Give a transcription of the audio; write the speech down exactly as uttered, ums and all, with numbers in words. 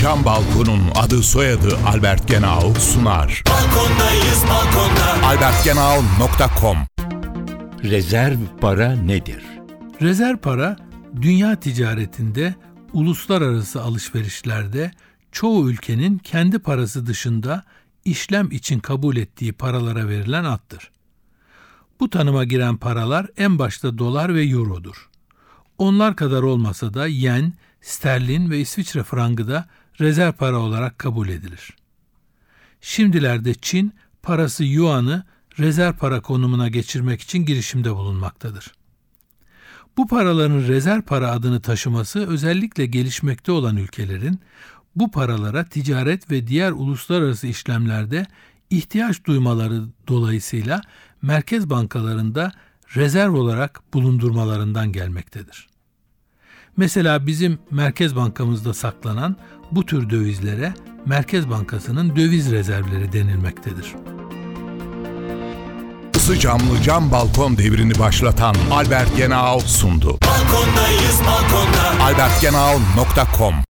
Cam Balkon'un adı soyadı Albert Genau sunar. Balkondayız balkonda. albert genau nokta com. Rezerv para nedir? Rezerv para, dünya ticaretinde, uluslararası alışverişlerde çoğu ülkenin kendi parası dışında işlem için kabul ettiği paralara verilen addır. Bu tanıma giren paralar en başta dolar ve eurodur. Onlar kadar olmasa da yen, sterlin ve İsviçre frangı da rezerv para olarak kabul edilir. Şimdilerde Çin, parası yuanı rezerv para konumuna geçirmek için girişimde bulunmaktadır. Bu paraların rezerv para adını taşıması özellikle gelişmekte olan ülkelerin bu paralara ticaret ve diğer uluslararası işlemlerde ihtiyaç duymaları dolayısıyla merkez bankalarında rezerv olarak bulundurmalarından gelmektedir. Mesela bizim Merkez Bankamızda saklanan bu tür dövizlere Merkez Bankası'nın döviz rezervleri denilmektedir. Isı camlı cam balkon devrini başlatan Albert Genau sundu. Balkondayız balkonda. albert genau nokta com